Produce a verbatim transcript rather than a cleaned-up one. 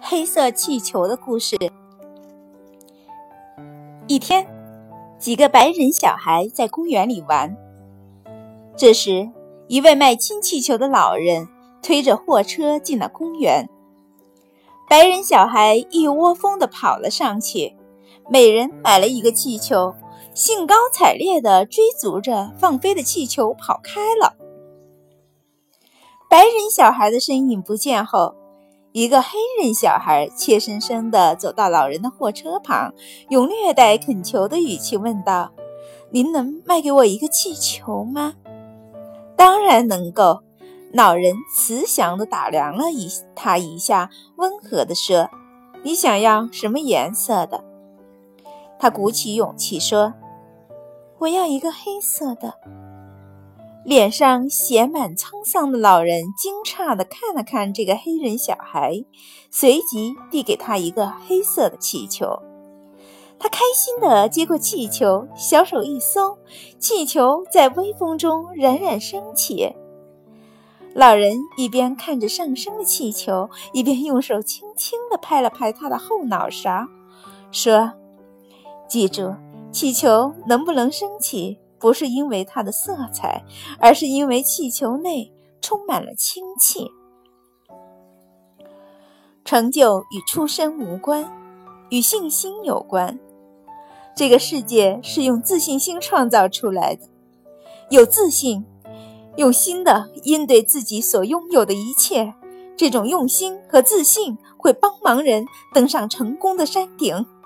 黑色气球的故事。一天，几个白人小孩在公园里玩。这时，一位卖氢气球的老人推着货车进了公园。白人小孩一窝蜂地跑了上去，每人买了一个气球，兴高采烈地追逐着放飞的气球跑开了。白人小孩的身影不见后，一个黑人小孩怯生生地走到老人的货车旁，用略带恳求的语气问道：“您能卖给我一个气球吗？”“当然能够。”老人慈祥地打量了一他一下，温和地说：“你想要什么颜色的？”他鼓起勇气说：“我要一个黑色的。”脸上写满沧桑的老人惊诧地看了看这个黑人小孩，随即递给他一个黑色的气球。他开心地接过气球，小手一松，气球在微风中冉冉升起。老人一边看着上升的气球，一边用手轻轻地拍了拍他的后脑勺，说：“记住，气球能不能升起，不是因为它的色彩，而是因为气球内充满了氢气。”成就与出身无关，与信心有关。这个世界是用自信心创造出来的，有自信，用心的应对自己所拥有的一切，这种用心和自信会帮忙人登上成功的山顶。